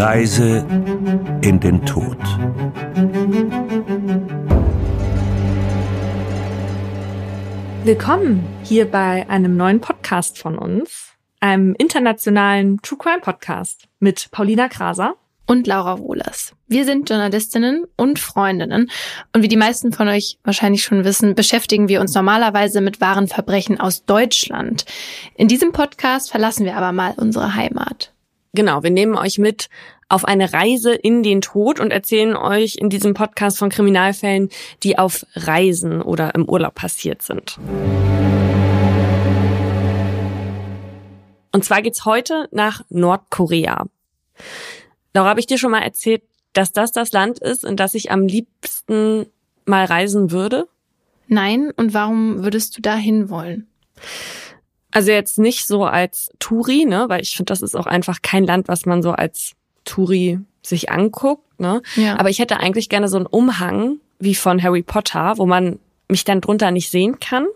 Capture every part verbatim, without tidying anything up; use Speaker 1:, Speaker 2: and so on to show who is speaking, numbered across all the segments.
Speaker 1: Reise in den Tod.
Speaker 2: Willkommen hier bei einem neuen Podcast von uns, einem internationalen True Crime Podcast mit Paulina Kraser
Speaker 3: und Laura Wohlers. Wir sind Journalistinnen und Freundinnen und wie die meisten von euch wahrscheinlich schon wissen, beschäftigen wir uns normalerweise mit wahren Verbrechen aus Deutschland. In diesem Podcast verlassen wir aber mal unsere Heimat.
Speaker 2: Genau, wir nehmen euch mit auf eine Reise in den Tod und erzählen euch in diesem Podcast von Kriminalfällen, die auf Reisen oder im Urlaub passiert sind. Und zwar geht's heute nach Nordkorea. Laura, habe ich dir schon mal erzählt, dass das das Land ist, in das ich am liebsten mal reisen würde?
Speaker 3: Nein, und warum würdest du da hinwollen?
Speaker 2: Also jetzt nicht so als Touri, ne, weil ich finde, das ist auch einfach kein Land, was man so als Touri sich anguckt, ne?
Speaker 3: Ja.
Speaker 2: Aber ich hätte eigentlich gerne so einen Umhang wie von Harry Potter, wo man mich dann drunter nicht sehen kann.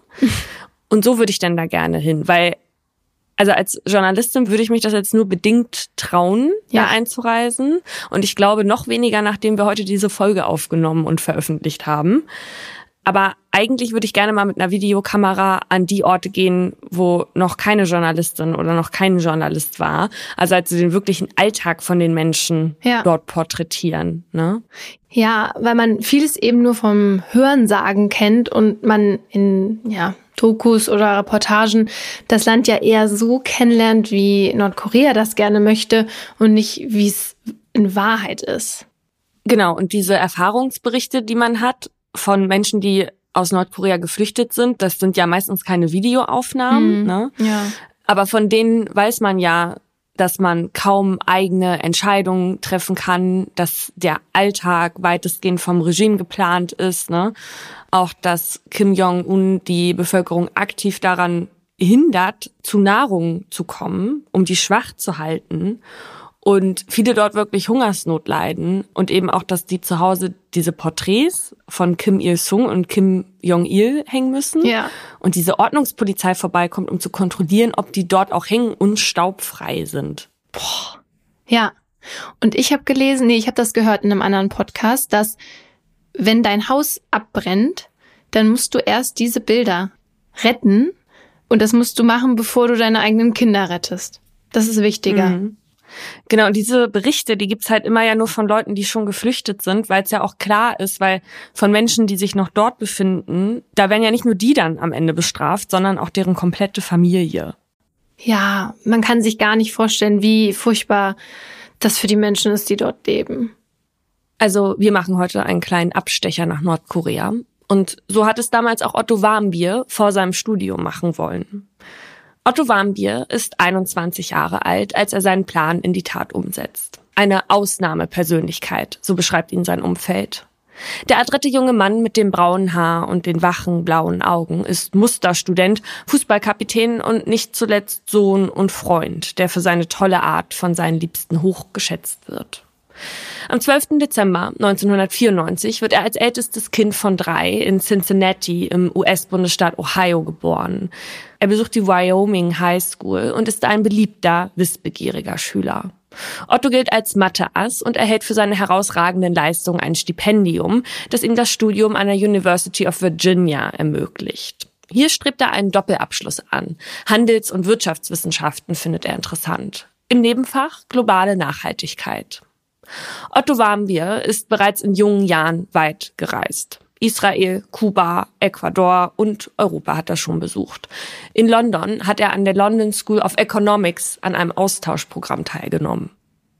Speaker 2: Und so würde ich dann da gerne hin, weil also als Journalistin würde ich mich das jetzt nur bedingt trauen,
Speaker 3: ja.
Speaker 2: da einzureisen. Und ich glaube noch weniger, nachdem wir heute diese Folge aufgenommen und veröffentlicht haben. Aber eigentlich würde ich gerne mal mit einer Videokamera an die Orte gehen, wo noch keine Journalistin oder noch kein Journalist war. Also also den wirklichen Alltag von den Menschen
Speaker 3: ja.
Speaker 2: dort porträtieren, ne?
Speaker 3: Ja, weil man vieles eben nur vom Hörensagen kennt und man in ja Dokus oder Reportagen das Land ja eher so kennenlernt, wie Nordkorea das gerne möchte und nicht, wie es in Wahrheit ist.
Speaker 2: Genau, und diese Erfahrungsberichte, die man hat von Menschen, die aus Nordkorea geflüchtet sind, das sind ja meistens keine Videoaufnahmen,
Speaker 3: mhm.
Speaker 2: ne?
Speaker 3: Ja.
Speaker 2: Aber von denen weiß man ja, dass man kaum eigene Entscheidungen treffen kann, dass der Alltag weitestgehend vom Regime geplant ist, ne? Auch, dass Kim Jong-un die Bevölkerung aktiv daran hindert, zu Nahrung zu kommen, um die schwach zu halten. Und viele dort wirklich Hungersnot leiden. Und eben auch, dass die zu Hause diese Porträts von Kim Il-sung und Kim Jong-il hängen müssen.
Speaker 3: Ja.
Speaker 2: Und diese Ordnungspolizei vorbeikommt, um zu kontrollieren, ob die dort auch hängen und staubfrei sind.
Speaker 3: Boah. Ja. Und ich habe gelesen, nee, ich habe das gehört in einem anderen Podcast, dass wenn dein Haus abbrennt, dann musst du erst diese Bilder retten. Und das musst du machen, bevor du deine eigenen Kinder rettest. Das ist wichtiger.
Speaker 2: Mhm. Genau, und diese Berichte, die gibt's halt immer ja nur von Leuten, die schon geflüchtet sind, weil es ja auch klar ist, weil von Menschen, die sich noch dort befinden, da werden ja nicht nur die dann am Ende bestraft, sondern auch deren komplette Familie.
Speaker 3: Ja, man kann sich gar nicht vorstellen, wie furchtbar das für die Menschen ist, die dort leben.
Speaker 2: Also wir machen heute einen kleinen Abstecher nach Nordkorea. Und so hat es damals auch Otto Warmbier vor seinem Studium machen wollen. Otto Warmbier ist einundzwanzig Jahre alt, als er seinen Plan in die Tat umsetzt. Eine Ausnahmepersönlichkeit, so beschreibt ihn sein Umfeld. Der adrette junge Mann mit dem braunen Haar und den wachen, blauen Augen ist Musterstudent, Fußballkapitän und nicht zuletzt Sohn und Freund, der für seine tolle Art von seinen Liebsten hochgeschätzt wird. Am zwölften Dezember neunzehnhundertvierundneunzig wird er als ältestes Kind von drei in Cincinnati im U S-Bundesstaat Ohio geboren. Er besucht die Wyoming High School und ist ein beliebter, wissbegieriger Schüler. Otto gilt als Mathe-Ass und erhält für seine herausragenden Leistungen ein Stipendium, das ihm das Studium an der University of Virginia ermöglicht. Hier strebt er einen Doppelabschluss an. Handels- und Wirtschaftswissenschaften findet er interessant. Im Nebenfach globale Nachhaltigkeit. Otto Warmbier ist bereits in jungen Jahren weit gereist. Israel, Kuba, Ecuador und Europa hat er schon besucht. In London hat er an der London School of Economics an einem Austauschprogramm teilgenommen.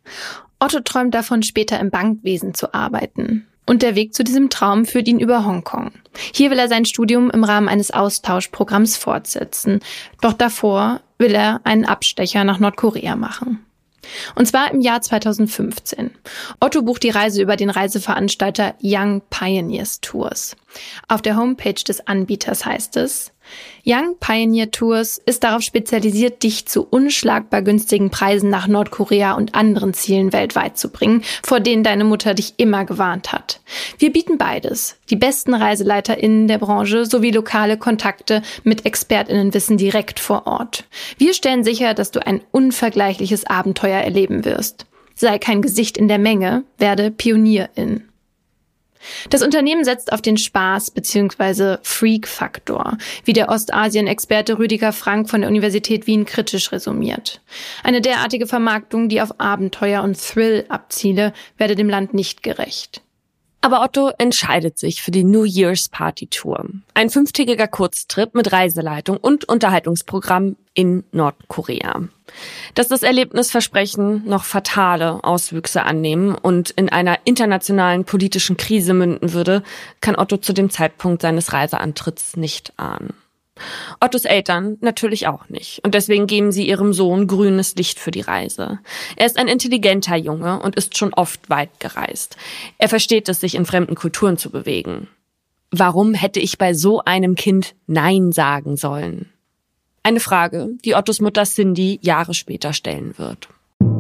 Speaker 3: Otto träumt davon, später im Bankwesen zu arbeiten. Und der Weg zu diesem Traum führt ihn über Hongkong. Hier will er sein Studium im Rahmen eines Austauschprogramms fortsetzen. Doch davor will er einen Abstecher nach Nordkorea machen. Und zwar im Jahr zweitausendfünfzehn. Otto bucht die Reise über den Reiseveranstalter Young Pioneers Tours. Auf der Homepage des Anbieters heißt es: Young Pioneer Tours ist darauf spezialisiert, dich zu unschlagbar günstigen Preisen nach Nordkorea und anderen Zielen weltweit zu bringen, vor denen deine Mutter dich immer gewarnt hat. Wir bieten beides. Die besten ReiseleiterInnen der Branche sowie lokale Kontakte mit ExpertInnenwissen direkt vor Ort. Wir stellen sicher, dass du ein unvergleichliches Abenteuer erleben wirst. sei kein Gesicht in der Menge, werde Pionierin. Das Unternehmen setzt auf den Spaß bzw. Freak-Faktor, wie der Ostasien-Experte Rüdiger Frank von der Universität Wien kritisch resümiert. Eine derartige Vermarktung, die auf Abenteuer und Thrill abziele, werde dem Land nicht gerecht.
Speaker 2: Aber Otto entscheidet sich für die New Year's Party Tour. Ein fünftägiger Kurztrip mit Reiseleitung und Unterhaltungsprogramm in Nordkorea. Dass das Erlebnisversprechen noch fatale Auswüchse annehmen und in einer internationalen politischen Krise münden würde, kann Otto zu dem Zeitpunkt seines Reiseantritts nicht ahnen. Ottos Eltern natürlich auch nicht. Und deswegen geben sie ihrem Sohn grünes Licht für die Reise. Er ist ein intelligenter Junge und ist schon oft weit gereist. Er versteht es, sich in fremden Kulturen zu bewegen. Warum hätte ich bei so einem Kind Nein sagen sollen? Eine Frage, die Ottos Mutter Cindy Jahre später stellen wird.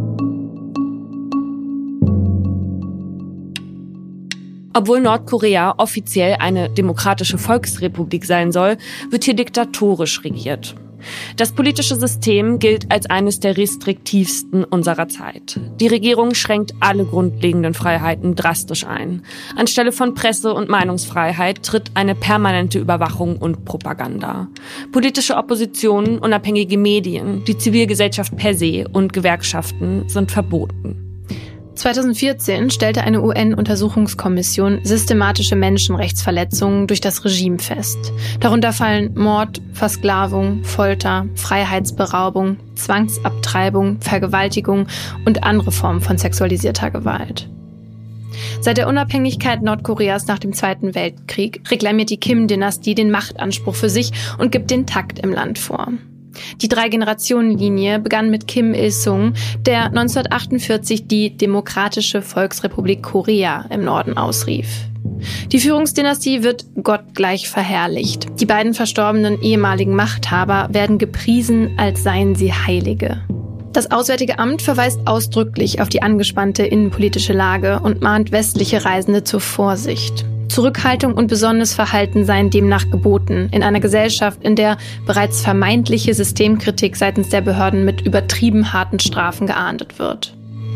Speaker 2: Obwohl Nordkorea offiziell eine demokratische Volksrepublik sein soll, wird hier diktatorisch regiert. Das politische System gilt als eines der restriktivsten unserer Zeit. Die Regierung schränkt alle grundlegenden Freiheiten drastisch ein. Anstelle von Presse- und Meinungsfreiheit tritt eine permanente Überwachung und Propaganda. Politische Opposition, unabhängige Medien, die Zivilgesellschaft per se und Gewerkschaften sind verboten.
Speaker 3: zweitausendvierzehn stellte eine U N-Untersuchungskommission systematische Menschenrechtsverletzungen durch das Regime fest. Darunter fallen Mord, Versklavung, Folter, Freiheitsberaubung, Zwangsabtreibung, Vergewaltigung und andere Formen von sexualisierter Gewalt. Seit der Unabhängigkeit Nordkoreas nach dem Zweiten Weltkrieg reklamiert die Kim-Dynastie den Machtanspruch für sich und gibt den Takt im Land vor. Die Drei-Generationen-Linie begann mit Kim Il-sung, der neunzehnhundertachtundvierzig die Demokratische Volksrepublik Korea im Norden ausrief. Die Führungsdynastie wird gottgleich verherrlicht. Die beiden verstorbenen ehemaligen Machthaber werden gepriesen, als seien sie Heilige. Das Auswärtige Amt verweist ausdrücklich auf die angespannte innenpolitische Lage und mahnt westliche Reisende zur Vorsicht. Zurückhaltung und besonnenes Verhalten seien demnach geboten, in einer Gesellschaft, in der bereits vermeintliche Systemkritik seitens der Behörden mit übertrieben harten Strafen geahndet wird.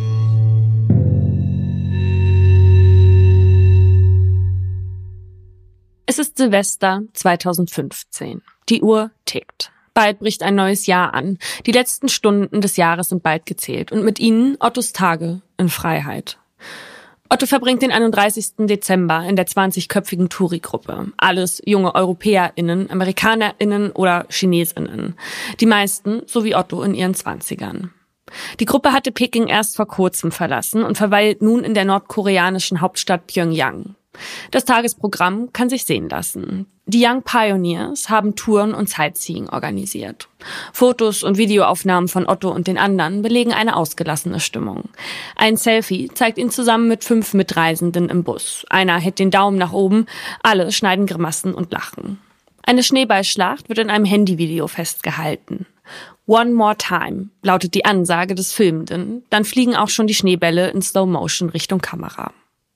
Speaker 2: Es ist Silvester zweitausendfünfzehn. Die Uhr tickt. Bald bricht ein neues Jahr an. Die letzten Stunden des Jahres sind bald gezählt und mit ihnen Ottos Tage in Freiheit. Otto verbringt den einunddreißigsten Dezember in der zwanzigköpfigen Touri-Gruppe. Alles junge EuropäerInnen, AmerikanerInnen oder ChinesInnen. Die meisten, so wie Otto, in ihren Zwanzigern. Die Gruppe hatte Peking erst vor kurzem verlassen und verweilt nun in der nordkoreanischen Hauptstadt Pjöngjang. Das Tagesprogramm kann sich sehen lassen. Die Young Pioneers haben Touren und Sightseeing organisiert. Fotos und Videoaufnahmen von Otto und den anderen belegen eine ausgelassene Stimmung. Ein Selfie zeigt ihn zusammen mit fünf Mitreisenden im Bus. Einer hält den Daumen nach oben, alle schneiden Grimassen und lachen. Eine Schneeballschlacht wird in einem Handyvideo festgehalten. One more time lautet die Ansage des Filmenden, dann fliegen auch schon die Schneebälle in Slow Motion Richtung Kamera.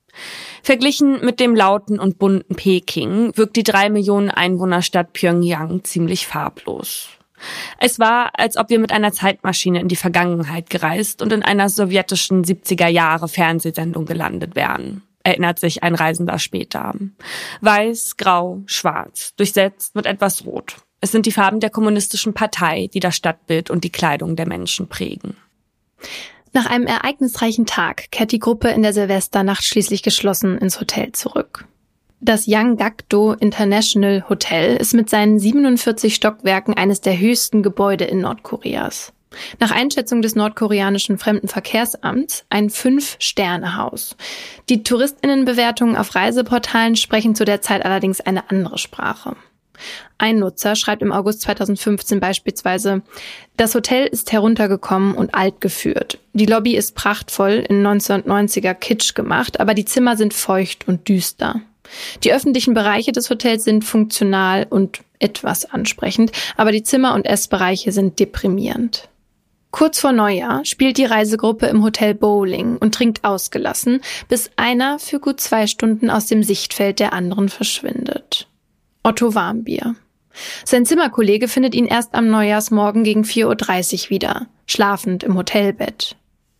Speaker 2: Verglichen mit dem lauten und bunten Peking wirkt die drei Millionen Einwohnerstadt Pjöngjang ziemlich farblos. Es war, als ob wir mit einer Zeitmaschine in die Vergangenheit gereist und in einer sowjetischen siebziger-Jahre-Fernsehsendung gelandet wären, erinnert sich ein Reisender später. Weiß, grau, schwarz, durchsetzt mit etwas Rot. Es sind die Farben der kommunistischen Partei, die das Stadtbild und die Kleidung der Menschen prägen.
Speaker 3: Nach einem ereignisreichen Tag kehrt die Gruppe in der Silvesternacht schließlich geschlossen ins Hotel zurück. Das Yanggakdo International Hotel ist mit seinen siebenundvierzig Stockwerken eines der höchsten Gebäude in Nordkoreas. Nach Einschätzung des nordkoreanischen Fremdenverkehrsamts ein Fünf-Sterne-Haus. Die TouristInnenbewertungen auf Reiseportalen sprechen zu der Zeit allerdings eine andere Sprache. Ein Nutzer schreibt im August zweitausendfünfzehn beispielsweise: Das Hotel ist heruntergekommen und alt geführt. Die Lobby ist prachtvoll in neunzehnhundertneunziger Kitsch gemacht, aber die Zimmer sind feucht und düster. Die öffentlichen Bereiche des Hotels sind funktional und etwas ansprechend, aber die Zimmer- und Essbereiche sind deprimierend. Kurz vor Neujahr spielt die Reisegruppe im Hotel Bowling und trinkt ausgelassen, bis einer für gut zwei Stunden aus dem Sichtfeld der anderen verschwindet. Otto Warmbier. Sein Zimmerkollege findet ihn erst am Neujahrsmorgen gegen vier Uhr dreißig wieder, schlafend im Hotelbett.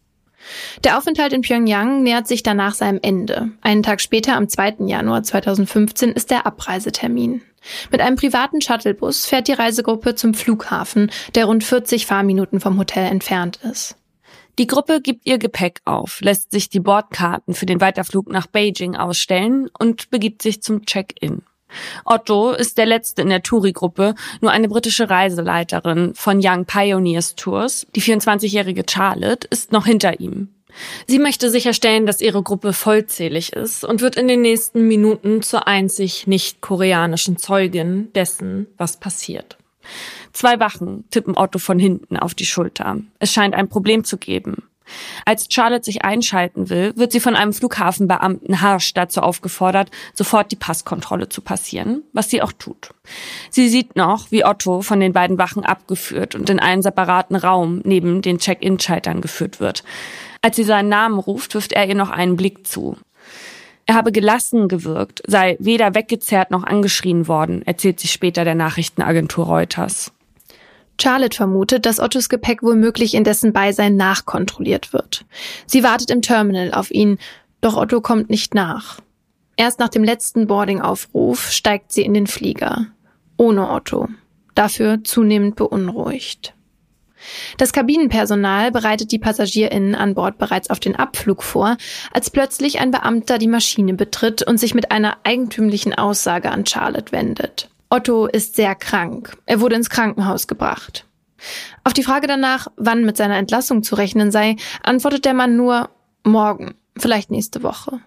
Speaker 3: Der Aufenthalt in Pyongyang nähert sich danach seinem Ende. Einen Tag später, am zweiten Januar zweitausendfünfzehn, ist der Abreisetermin. Mit einem privaten Shuttlebus fährt die Reisegruppe zum Flughafen, der rund vierzig Fahrminuten vom Hotel entfernt ist.
Speaker 2: Die Gruppe gibt ihr Gepäck auf, lässt sich die Bordkarten für den Weiterflug nach Beijing ausstellen und begibt sich zum Check-in. Otto ist der Letzte in der Touri-Gruppe, nur eine britische Reiseleiterin von Young Pioneers Tours, die vierundzwanzigjährige Charlotte, ist noch hinter ihm. Sie möchte sicherstellen, dass ihre Gruppe vollzählig ist und wird in den nächsten Minuten zur einzig nicht-koreanischen Zeugin dessen, was passiert. Zwei Wachen tippen Otto von hinten auf die Schulter. Es scheint ein Problem zu geben. Als Charlotte sich einschalten will, wird sie von einem Flughafenbeamten harsch dazu aufgefordert, sofort die Passkontrolle zu passieren, was sie auch tut. Sie sieht noch, wie Otto von den beiden Wachen abgeführt und in einen separaten Raum neben den Check-in-Schaltern geführt wird. Als sie seinen Namen ruft, wirft er ihr noch einen Blick zu. Er habe gelassen gewirkt, sei weder weggezerrt noch angeschrien worden, erzählt sie später der Nachrichtenagentur Reuters.
Speaker 3: Charlotte vermutet, dass Ottos Gepäck womöglich in dessen Beisein nachkontrolliert wird. Sie wartet im Terminal auf ihn, doch Otto kommt nicht nach. Erst nach dem letzten Boarding-Aufruf steigt sie in den Flieger. Ohne Otto. Dafür zunehmend beunruhigt. Das Kabinenpersonal bereitet die PassagierInnen an Bord bereits auf den Abflug vor, als plötzlich ein Beamter die Maschine betritt und sich mit einer eigentümlichen Aussage an Charlotte wendet. Otto ist sehr krank. Er wurde ins Krankenhaus gebracht. Auf die Frage danach, wann mit seiner Entlassung zu rechnen sei, antwortet der Mann nur, morgen, vielleicht nächste Woche.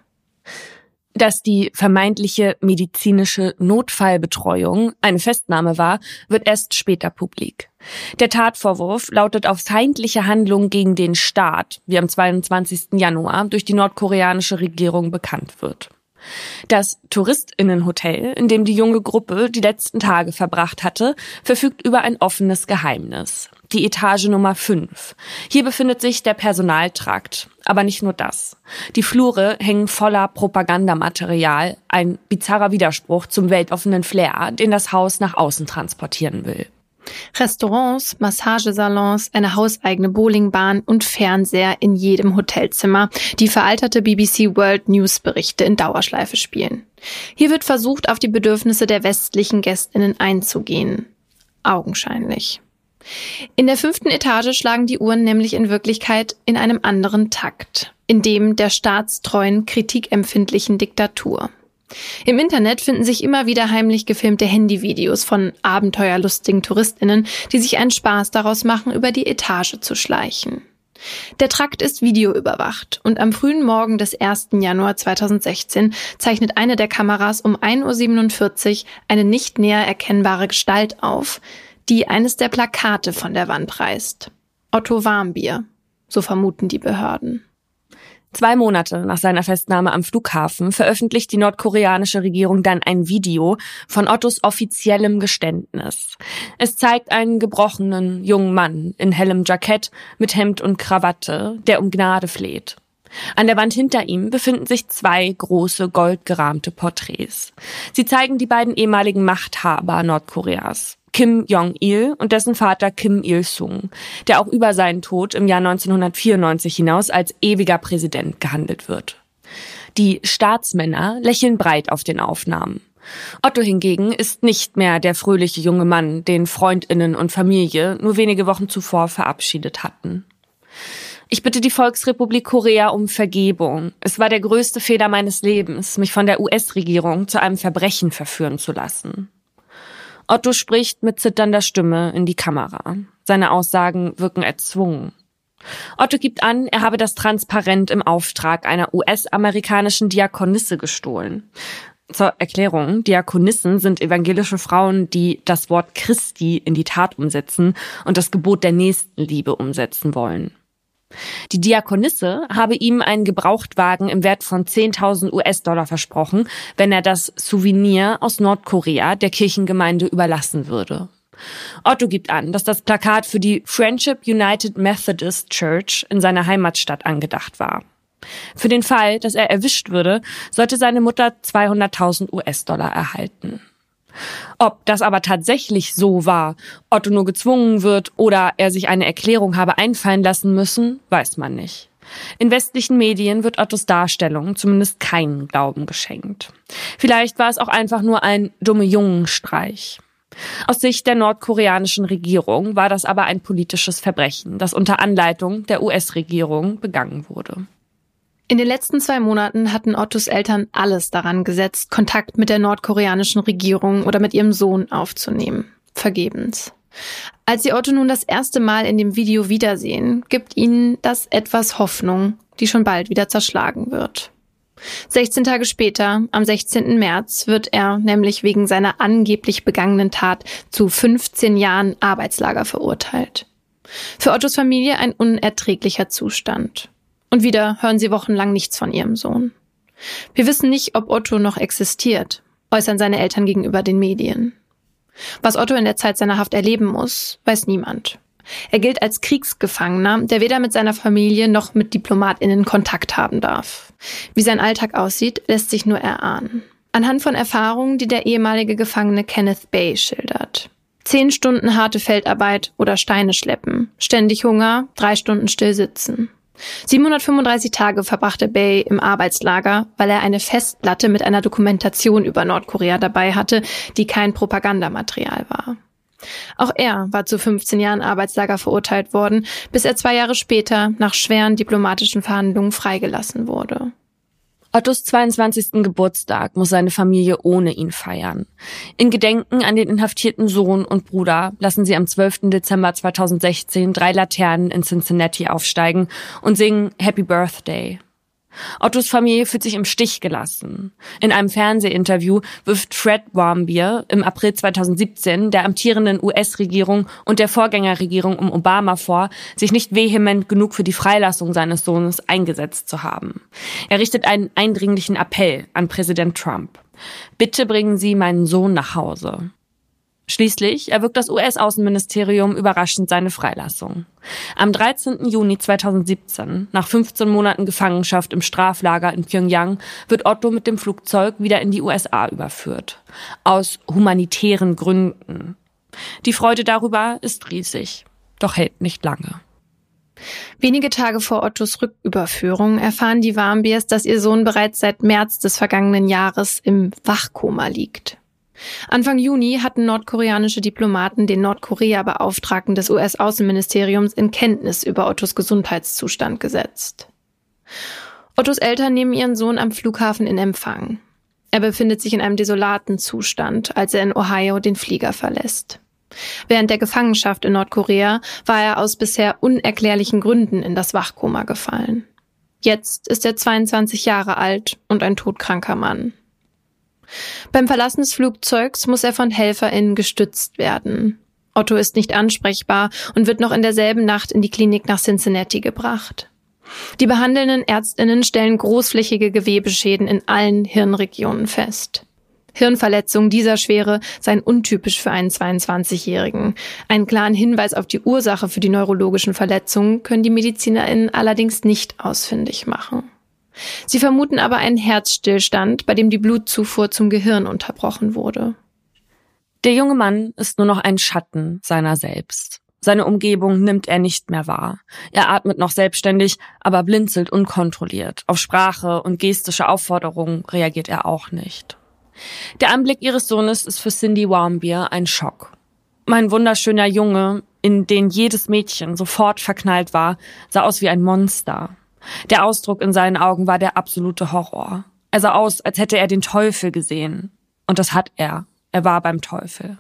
Speaker 2: Dass die vermeintliche medizinische Notfallbetreuung eine Festnahme war, wird erst später publik. Der Tatvorwurf lautet auf feindliche Handlung gegen den Staat, wie am zweiundzwanzigsten Januar durch die nordkoreanische Regierung bekannt wird. Das TouristInnenhotel, in dem die junge Gruppe die letzten Tage verbracht hatte, verfügt über ein offenes Geheimnis. Die Etage Nummer fünf. Hier befindet sich der Personaltrakt. Aber nicht nur das. Die Flure hängen voller Propagandamaterial, ein bizarrer Widerspruch zum weltoffenen Flair, den das Haus nach außen transportieren will.
Speaker 3: Restaurants, Massagesalons, eine hauseigene Bowlingbahn und Fernseher in jedem Hotelzimmer, die veralterte B B C World News Berichte in Dauerschleife spielen. Hier wird versucht, auf die Bedürfnisse der westlichen GästInnen einzugehen. Augenscheinlich. In der fünften Etage schlagen die Uhren nämlich in Wirklichkeit in einem anderen Takt, in dem der staatstreuen, kritikempfindlichen Diktatur. Im Internet finden sich immer wieder heimlich gefilmte Handyvideos von abenteuerlustigen TouristInnen, die sich einen Spaß daraus machen, über die Etage zu schleichen. Der Trakt ist videoüberwacht und am frühen Morgen des ersten Januar zweitausendsechzehn zeichnet eine der Kameras um ein Uhr siebenundvierzig eine nicht näher erkennbare Gestalt auf, die eines der Plakate von der Wand reißt. Otto Warmbier, so vermuten die Behörden.
Speaker 2: Zwei Monate nach seiner Festnahme am Flughafen veröffentlicht die nordkoreanische Regierung dann ein Video von Ottos offiziellem Geständnis. Es zeigt einen gebrochenen jungen Mann in hellem Jackett mit Hemd und Krawatte, der um Gnade fleht. An der Wand hinter ihm befinden sich zwei große goldgerahmte Porträts. Sie zeigen die beiden ehemaligen Machthaber Nordkoreas, Kim Jong-il und dessen Vater Kim Il-sung, der auch über seinen Tod im Jahr neunzehnhundertvierundneunzig hinaus als ewiger Präsident gehandelt wird. Die Staatsmänner lächeln breit auf den Aufnahmen. Otto hingegen ist nicht mehr der fröhliche junge Mann, den FreundInnen und Familie nur wenige Wochen zuvor verabschiedet hatten. Ich bitte die Volksrepublik Korea um Vergebung. Es war der größte Fehler meines Lebens, mich von der U S-Regierung zu einem Verbrechen verführen zu lassen. Otto spricht mit zitternder Stimme in die Kamera. Seine Aussagen wirken erzwungen. Otto gibt an, er habe das Transparent im Auftrag einer U S-amerikanischen Diakonisse gestohlen. Zur Erklärung, Diakonissen sind evangelische Frauen, die das Wort Christi in die Tat umsetzen und das Gebot der Nächstenliebe umsetzen wollen. Die Diakonisse habe ihm einen Gebrauchtwagen im Wert von zehntausend U S-Dollar versprochen, wenn er das Souvenir aus Nordkorea der Kirchengemeinde überlassen würde. Otto gibt an, dass das Plakat für die Friendship United Methodist Church in seiner Heimatstadt angedacht war. Für den Fall, dass er erwischt würde, sollte seine Mutter zweihunderttausend U S-Dollar erhalten. Ob das aber tatsächlich so war, Otto nur gezwungen wird oder er sich eine Erklärung habe einfallen lassen müssen, weiß man nicht. In westlichen Medien wird Ottos Darstellung zumindest keinen Glauben geschenkt. Vielleicht war es auch einfach nur ein Dumme-Jungen-Streich. Aus Sicht der nordkoreanischen Regierung war das aber ein politisches Verbrechen, das unter Anleitung der U S-Regierung begangen wurde.
Speaker 3: In den letzten zwei Monaten hatten Ottos Eltern alles daran gesetzt, Kontakt mit der nordkoreanischen Regierung oder mit ihrem Sohn aufzunehmen. Vergebens. Als sie Otto nun das erste Mal in dem Video wiedersehen, gibt ihnen das etwas Hoffnung, die schon bald wieder zerschlagen wird. sechzehn Tage später, am sechzehnten März, wird er nämlich wegen seiner angeblich begangenen Tat zu fünfzehn Jahren Arbeitslager verurteilt. Für Ottos Familie ein unerträglicher Zustand. Und wieder hören sie wochenlang nichts von ihrem Sohn. Wir wissen nicht, ob Otto noch existiert, äußern seine Eltern gegenüber den Medien. Was Otto in der Zeit seiner Haft erleben muss, weiß niemand. Er gilt als Kriegsgefangener, der weder mit seiner Familie noch mit DiplomatInnen Kontakt haben darf. Wie sein Alltag aussieht, lässt sich nur erahnen. Anhand von Erfahrungen, die der ehemalige Gefangene Kenneth Bay schildert. Zehn Stunden harte Feldarbeit oder Steine schleppen, ständig Hunger, drei Stunden still sitzen. siebenhundertfünfunddreißig Tage verbrachte Bay im Arbeitslager, weil er eine Festplatte mit einer Dokumentation über Nordkorea dabei hatte, die kein Propagandamaterial war. Auch er war zu fünfzehn Jahren Arbeitslager verurteilt worden, bis er zwei Jahre später nach schweren diplomatischen Verhandlungen freigelassen wurde.
Speaker 2: Ottos zweiundzwanzigsten Geburtstag muss seine Familie ohne ihn feiern. In Gedenken an den inhaftierten Sohn und Bruder lassen sie am zwölften Dezember zweitausendsechzehn drei Laternen in Cincinnati aufsteigen und singen Happy Birthday. Ottos Familie fühlt sich im Stich gelassen. In einem Fernsehinterview wirft Fred Warmbier im April zweitausendsiebzehn der amtierenden U S-Regierung und der Vorgängerregierung um Obama vor, sich nicht vehement genug für die Freilassung seines Sohnes eingesetzt zu haben. Er richtet einen eindringlichen Appell an Präsident Trump. Bitte bringen Sie meinen Sohn nach Hause. Schließlich erwirkt das U S-Außenministerium überraschend seine Freilassung. Am dreizehnten Juni zweitausendsiebzehn, nach fünfzehn Monaten Gefangenschaft im Straflager in Pyongyang, wird Otto mit dem Flugzeug wieder in die U S A überführt. Aus humanitären Gründen. Die Freude darüber ist riesig, doch hält nicht lange.
Speaker 3: Wenige Tage vor Ottos Rücküberführung erfahren die Warmbiers, dass ihr Sohn bereits seit März des vergangenen Jahres im Wachkoma liegt. Anfang Juni hatten nordkoreanische Diplomaten den Nordkorea-Beauftragten des U S-Außenministeriums in Kenntnis über Ottos Gesundheitszustand gesetzt. Ottos Eltern nehmen ihren Sohn am Flughafen in Empfang. Er befindet sich in einem desolaten Zustand, als er in Ohio den Flieger verlässt. Während der Gefangenschaft in Nordkorea war er aus bisher unerklärlichen Gründen in das Wachkoma gefallen. Jetzt ist er zweiundzwanzig Jahre alt und ein todkranker Mann. Beim Verlassen des Flugzeugs muss er von HelferInnen gestützt werden. Otto ist nicht ansprechbar und wird noch in derselben Nacht in die Klinik nach Cincinnati gebracht. Die behandelnden ÄrztInnen stellen großflächige Gewebeschäden in allen Hirnregionen fest. Hirnverletzungen dieser Schwere seien untypisch für einen zweiundzwanzigjährigen. Einen klaren Hinweis auf die Ursache für die neurologischen Verletzungen können die MedizinerInnen allerdings nicht ausfindig machen. Sie vermuten aber einen Herzstillstand, bei dem die Blutzufuhr zum Gehirn unterbrochen wurde.
Speaker 2: Der junge Mann ist nur noch ein Schatten seiner selbst. Seine Umgebung nimmt er nicht mehr wahr. Er atmet noch selbstständig, aber blinzelt unkontrolliert. Auf Sprache und gestische Aufforderungen reagiert er auch nicht. Der Anblick ihres Sohnes ist für Cindy Warmbier ein Schock. Mein wunderschöner Junge, in den jedes Mädchen sofort verknallt war, sah aus wie ein Monster. Der Ausdruck in seinen Augen war der absolute Horror. Er sah aus, als hätte er den Teufel gesehen. Und das hat er. Er war beim Teufel.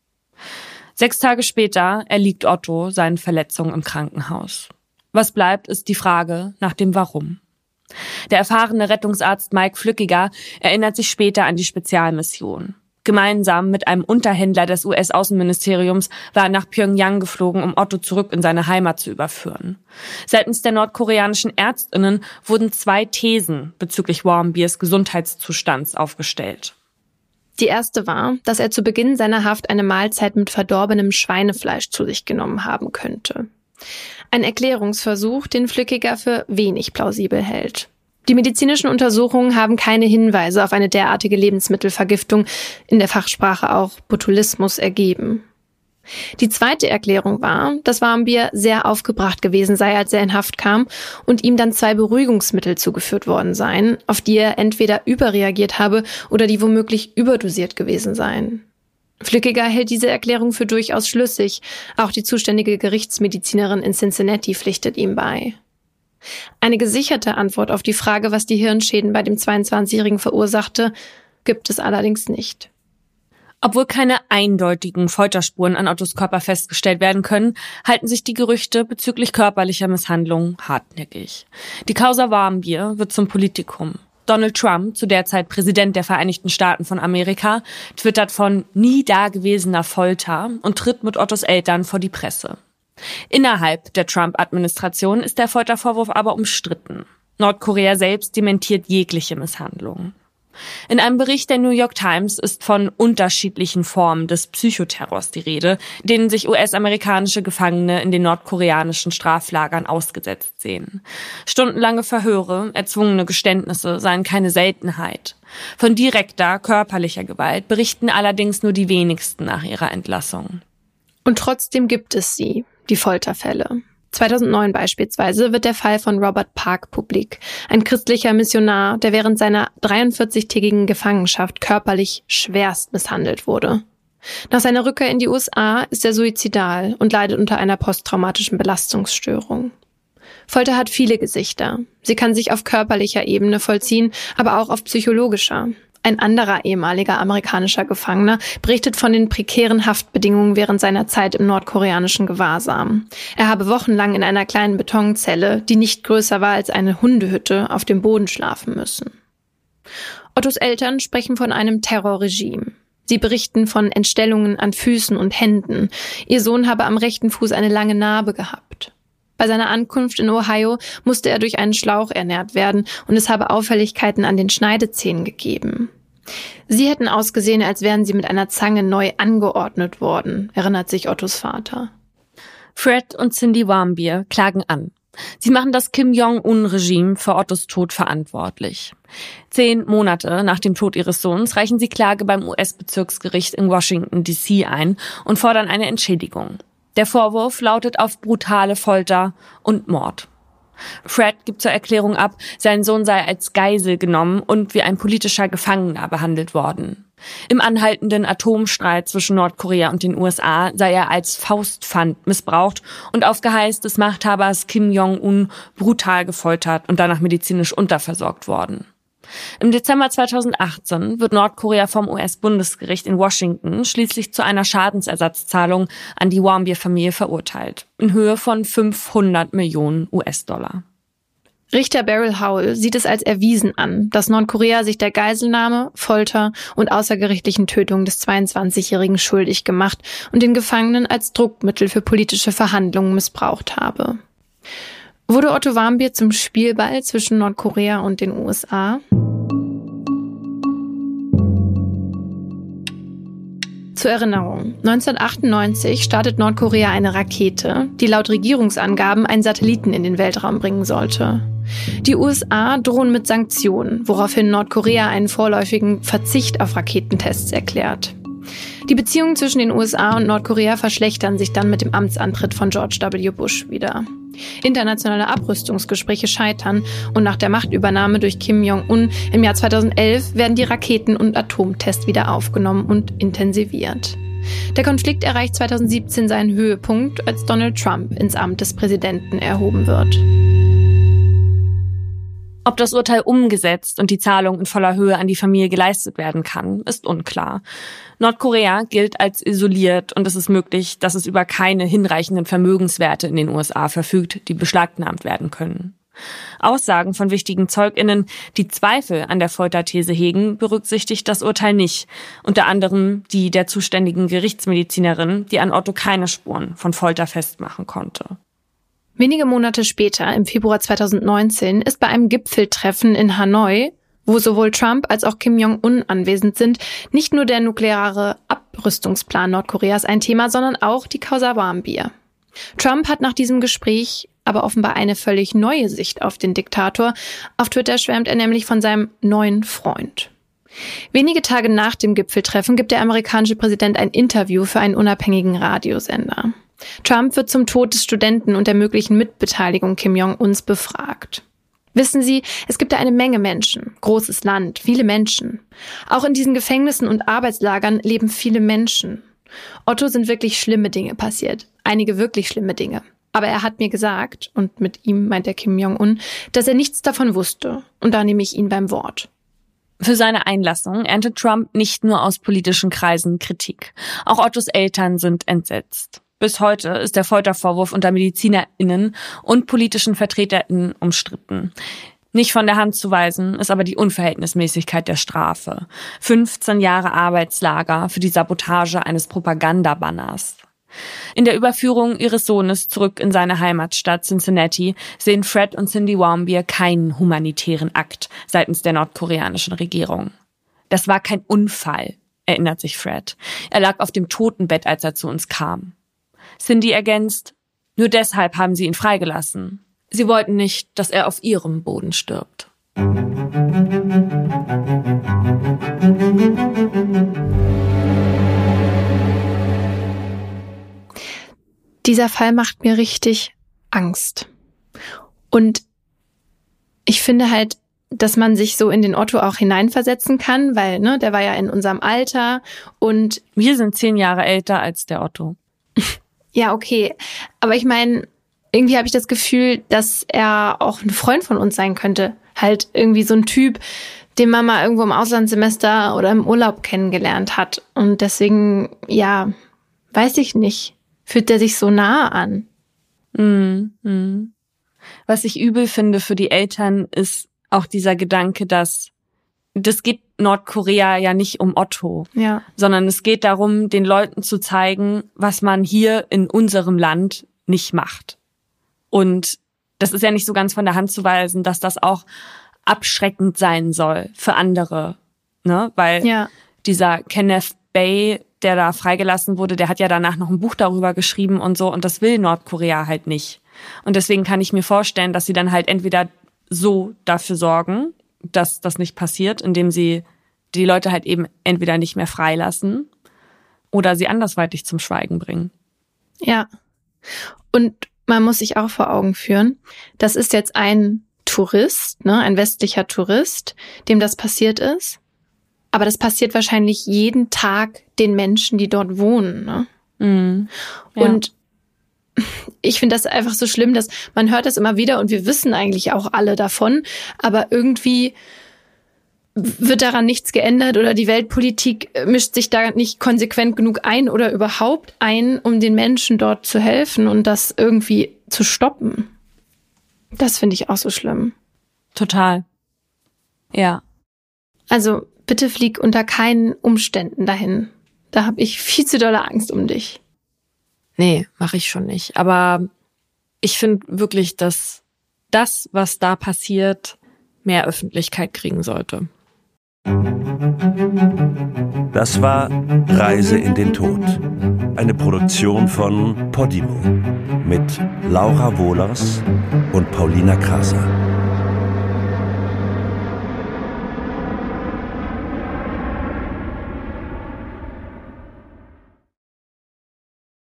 Speaker 2: Sechs Tage später erliegt Otto seinen Verletzungen im Krankenhaus. Was bleibt, ist die Frage nach dem Warum. Der erfahrene Rettungsarzt Mike Flückiger erinnert sich später an die Spezialmission. Gemeinsam mit einem Unterhändler des U S-Außenministeriums war er nach Pyongyang geflogen, um Otto zurück in seine Heimat zu überführen. Seitens der nordkoreanischen ÄrztInnen wurden zwei Thesen bezüglich Warmbiers Gesundheitszustands aufgestellt.
Speaker 3: Die erste war, dass er zu Beginn seiner Haft eine Mahlzeit mit verdorbenem Schweinefleisch zu sich genommen haben könnte. Ein Erklärungsversuch, den Flückiger für wenig plausibel hält. Die medizinischen Untersuchungen haben keine Hinweise auf eine derartige Lebensmittelvergiftung, in der Fachsprache auch Botulismus, ergeben. Die zweite Erklärung war, dass Warmbier sehr aufgebracht gewesen sei, als er in Haft kam und ihm dann zwei Beruhigungsmittel zugeführt worden seien, auf die er entweder überreagiert habe oder die womöglich überdosiert gewesen seien. Flückiger hält diese Erklärung für durchaus schlüssig. Auch die zuständige Gerichtsmedizinerin in Cincinnati pflichtet ihm bei. Eine gesicherte Antwort auf die Frage, was die Hirnschäden bei dem zweiundzwanzigjährigen verursachte, gibt es allerdings nicht.
Speaker 2: Obwohl keine eindeutigen Folterspuren an Ottos Körper festgestellt werden können, halten sich die Gerüchte bezüglich körperlicher Misshandlungen hartnäckig. Die Causa Warmbier wird zum Politikum. Donald Trump, zu der Zeit Präsident der Vereinigten Staaten von Amerika, twittert von nie dagewesener Folter und tritt mit Ottos Eltern vor die Presse. Innerhalb der Trump-Administration ist der Foltervorwurf aber umstritten. Nordkorea selbst dementiert jegliche Misshandlung. In einem Bericht der New York Times ist von unterschiedlichen Formen des Psychoterrors die Rede, denen sich U S-amerikanische Gefangene in den nordkoreanischen Straflagern ausgesetzt sehen. Stundenlange Verhöre, erzwungene Geständnisse seien keine Seltenheit. Von direkter, körperlicher Gewalt berichten allerdings nur die wenigsten nach ihrer Entlassung.
Speaker 3: Und trotzdem gibt es sie, die Folterfälle. zweitausendneun beispielsweise wird der Fall von Robert Park publik, ein christlicher Missionar, der während seiner dreiundvierzigtägigen Gefangenschaft körperlich schwerst misshandelt wurde. Nach seiner Rückkehr in die U S A ist er suizidal und leidet unter einer posttraumatischen Belastungsstörung. Folter hat viele Gesichter. Sie kann sich auf körperlicher Ebene vollziehen, aber auch auf psychologischer. Ein anderer ehemaliger amerikanischer Gefangener berichtet von den prekären Haftbedingungen während seiner Zeit im nordkoreanischen Gewahrsam. Er habe wochenlang in einer kleinen Betonzelle, die nicht größer war als eine Hundehütte, auf dem Boden schlafen müssen. Ottos Eltern sprechen von einem Terrorregime. Sie berichten von Entstellungen an Füßen und Händen. Ihr Sohn habe am rechten Fuß eine lange Narbe gehabt. Bei seiner Ankunft in Ohio musste er durch einen Schlauch ernährt werden und es habe Auffälligkeiten an den Schneidezähnen gegeben. Sie hätten ausgesehen, als wären sie mit einer Zange neu angeordnet worden, erinnert sich Ottos Vater.
Speaker 2: Fred und Cindy Warmbier klagen an. Sie machen das Kim-Jong-un-Regime für Ottos Tod verantwortlich. Zehn Monate nach dem Tod ihres Sohns reichen sie Klage beim U S-Bezirksgericht in Washington D C ein und fordern eine Entschädigung. Der Vorwurf lautet auf brutale Folter und Mord. Fred gibt zur Erklärung ab, sein Sohn sei als Geisel genommen und wie ein politischer Gefangener behandelt worden. Im anhaltenden Atomstreit zwischen Nordkorea und den U S A sei er als Faustpfand missbraucht und auf Geheiß des Machthabers Kim Jong-un brutal gefoltert und danach medizinisch unterversorgt worden. Im Dezember zweitausendachtzehn wird Nordkorea vom U S-Bundesgericht in Washington schließlich zu einer Schadensersatzzahlung an die Warmbier-Familie verurteilt, in Höhe von fünfhundert Millionen U S-Dollar.
Speaker 3: Richter Beryl Howell sieht es als erwiesen an, dass Nordkorea sich der Geiselnahme, Folter und außergerichtlichen Tötung des zweiundzwanzigjährigen schuldig gemacht und den Gefangenen als Druckmittel für politische Verhandlungen missbraucht habe. Wurde Otto Warmbier zum Spielball zwischen Nordkorea und den U S A? Zur Erinnerung, neunzehnhundertachtundneunzig startet Nordkorea eine Rakete, die laut Regierungsangaben einen Satelliten in den Weltraum bringen sollte. Die U S A drohen mit Sanktionen, woraufhin Nordkorea einen vorläufigen Verzicht auf Raketentests erklärt. Die Beziehungen zwischen den U S A und Nordkorea verschlechtern sich dann mit dem Amtsantritt von George W. Bush wieder. Internationale Abrüstungsgespräche scheitern und nach der Machtübernahme durch Kim Jong-un im Jahr zweitausendelf werden die Raketen- und Atomtests wieder aufgenommen und intensiviert. Der Konflikt erreicht zweitausendsiebzehn seinen Höhepunkt, als Donald Trump ins Amt des Präsidenten erhoben wird.
Speaker 2: Ob das Urteil umgesetzt und die Zahlung in voller Höhe an die Familie geleistet werden kann, ist unklar. Nordkorea gilt als isoliert und es ist möglich, dass es über keine hinreichenden Vermögenswerte in den U S A verfügt, die beschlagnahmt werden können. Aussagen von wichtigen ZeugInnen, die Zweifel an der Folterthese hegen, berücksichtigt das Urteil nicht. Unter anderem die der zuständigen Gerichtsmedizinerin, die an Otto keine Spuren von Folter festmachen konnte.
Speaker 3: Wenige Monate später, im Februar zweitausendneunzehn, ist bei einem Gipfeltreffen in Hanoi, wo sowohl Trump als auch Kim Jong-un anwesend sind, nicht nur der nukleare Abrüstungsplan Nordkoreas ein Thema, sondern auch die Causa Warmbier. Trump hat nach diesem Gespräch aber offenbar eine völlig neue Sicht auf den Diktator. Auf Twitter schwärmt er nämlich von seinem neuen Freund. Wenige Tage nach dem Gipfeltreffen gibt der amerikanische Präsident ein Interview für einen unabhängigen Radiosender. Trump wird zum Tod des Studenten und der möglichen Mitbeteiligung Kim Jong-uns befragt. Wissen Sie, es gibt da eine Menge Menschen, großes Land, viele Menschen. Auch in diesen Gefängnissen und Arbeitslagern leben viele Menschen. Otto sind wirklich schlimme Dinge passiert, einige wirklich schlimme Dinge. Aber er hat mir gesagt, und mit ihm meint er Kim Jong-un, dass er nichts davon wusste. Und da nehme ich ihn beim Wort.
Speaker 2: Für seine Einlassung erntet Trump nicht nur aus politischen Kreisen Kritik. Auch Ottos Eltern sind entsetzt. Bis heute ist der Foltervorwurf unter MedizinerInnen und politischen VertreterInnen umstritten. Nicht von der Hand zu weisen ist aber die Unverhältnismäßigkeit der Strafe. fünfzehn Jahre Arbeitslager für die Sabotage eines Propagandabanners. In der Überführung ihres Sohnes zurück in seine Heimatstadt Cincinnati sehen Fred und Cindy Warmbier keinen humanitären Akt seitens der nordkoreanischen Regierung. Das war kein Unfall, erinnert sich Fred. Er lag auf dem Totenbett, als er zu uns kam. Cindy ergänzt, nur deshalb haben sie ihn freigelassen. Sie wollten nicht, dass er auf ihrem Boden stirbt.
Speaker 3: Dieser Fall macht mir richtig Angst. Und ich finde halt, dass man sich so in den Otto auch hineinversetzen kann, weil, ne, der war ja in unserem Alter und...
Speaker 2: Wir sind zehn Jahre älter als der Otto.
Speaker 3: Ja, okay. Aber ich meine, irgendwie habe ich das Gefühl, dass er auch ein Freund von uns sein könnte. Halt irgendwie so ein Typ, den man mal irgendwo im Auslandssemester oder im Urlaub kennengelernt hat. Und deswegen, ja, weiß ich nicht, fühlt er sich so nah an.
Speaker 2: Mhm. Was ich übel finde für die Eltern, ist auch dieser Gedanke, dass das geht Nordkorea ja nicht um Otto,
Speaker 3: ja,
Speaker 2: sondern es geht darum, den Leuten zu zeigen, was man hier in unserem Land nicht macht. Und das ist ja nicht so ganz von der Hand zu weisen, dass das auch abschreckend sein soll für andere, ne? Weil
Speaker 3: ja.
Speaker 2: dieser Kenneth Bay, der da freigelassen wurde, der hat ja danach noch ein Buch darüber geschrieben und so, und das will Nordkorea halt nicht. Und deswegen kann ich mir vorstellen, dass sie dann halt entweder so dafür sorgen, dass das nicht passiert, indem sie die Leute halt eben entweder nicht mehr freilassen oder sie andersweitig zum Schweigen bringen.
Speaker 3: Ja. Und man muss sich auch vor Augen führen, das ist jetzt ein Tourist, ne, ein westlicher Tourist, dem das passiert ist. Aber das passiert wahrscheinlich jeden Tag den Menschen, die dort wohnen, ne?
Speaker 2: Mhm. Ja.
Speaker 3: Und ich finde das einfach so schlimm, dass man hört das immer wieder und wir wissen eigentlich auch alle davon, aber irgendwie wird daran nichts geändert oder die Weltpolitik mischt sich da nicht konsequent genug ein oder überhaupt ein, um den Menschen dort zu helfen und das irgendwie zu stoppen. Das finde ich auch so schlimm.
Speaker 2: Total. Ja.
Speaker 3: Also bitte flieg unter keinen Umständen dahin. Da habe ich viel zu dolle Angst um dich.
Speaker 2: Nee, mache ich schon nicht. Aber ich finde wirklich, dass das, was da passiert, mehr Öffentlichkeit kriegen sollte.
Speaker 1: Das war Reise in den Tod. Eine Produktion von Podimo mit Laura Wohlers und Paulina Kraser.